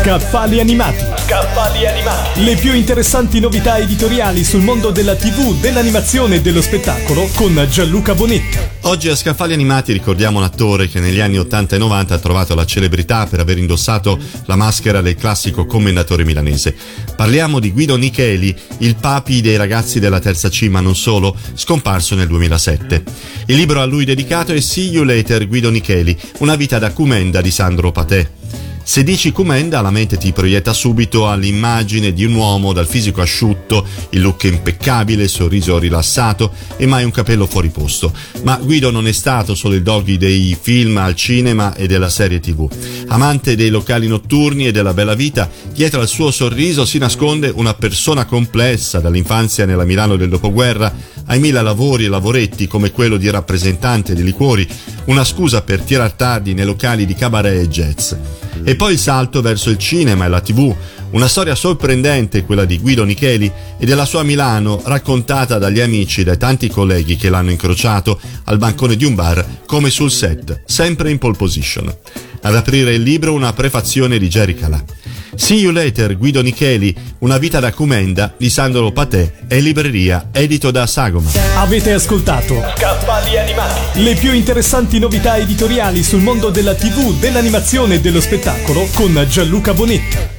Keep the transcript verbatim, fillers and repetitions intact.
Scaffali animati. Scaffali animati. Le più interessanti novità editoriali sul mondo della tivù, dell'animazione e dello spettacolo con Gianluca Bonetti. Oggi a Scaffali animati ricordiamo un attore che negli anni ottanta e novanta ha trovato la celebrità per aver indossato la maschera del classico commendatore milanese. Parliamo di Guido Nicheli, il papi dei ragazzi della terza C, ma non solo, scomparso nel duemilasette. Il libro a lui dedicato è See You Later Guido Nicheli, una vita da Comenda di Sandro Patè. Se dici Comenda, la mente ti proietta subito all'immagine di un uomo dal fisico asciutto, il look impeccabile, il sorriso rilassato e mai un capello fuori posto. Ma Guido non è stato solo il doggy dei film al cinema e della serie tivù. Amante dei locali notturni e della bella vita, dietro al suo sorriso si nasconde una persona complessa, dall'infanzia nella Milano del dopoguerra ai mille lavori e lavoretti come quello di rappresentante di liquori, una scusa per tirar tardi nei locali di cabaret e jazz. E poi il salto verso il cinema e la tivù, una storia sorprendente quella di Guido Nicheli e della sua Milano raccontata dagli amici e dai tanti colleghi che l'hanno incrociato al bancone di un bar come sul set, sempre in pole position. Ad aprire il libro una prefazione di Jerry Calà. See You Later Guido Nicheli, una vita da Comenda di Sandro Patè e libreria edito da Sagoma. Avete ascoltato Scaffali animati. Le più interessanti novità editoriali sul mondo della tivù, dell'animazione e dello spettacolo con Gianluca Bonetti.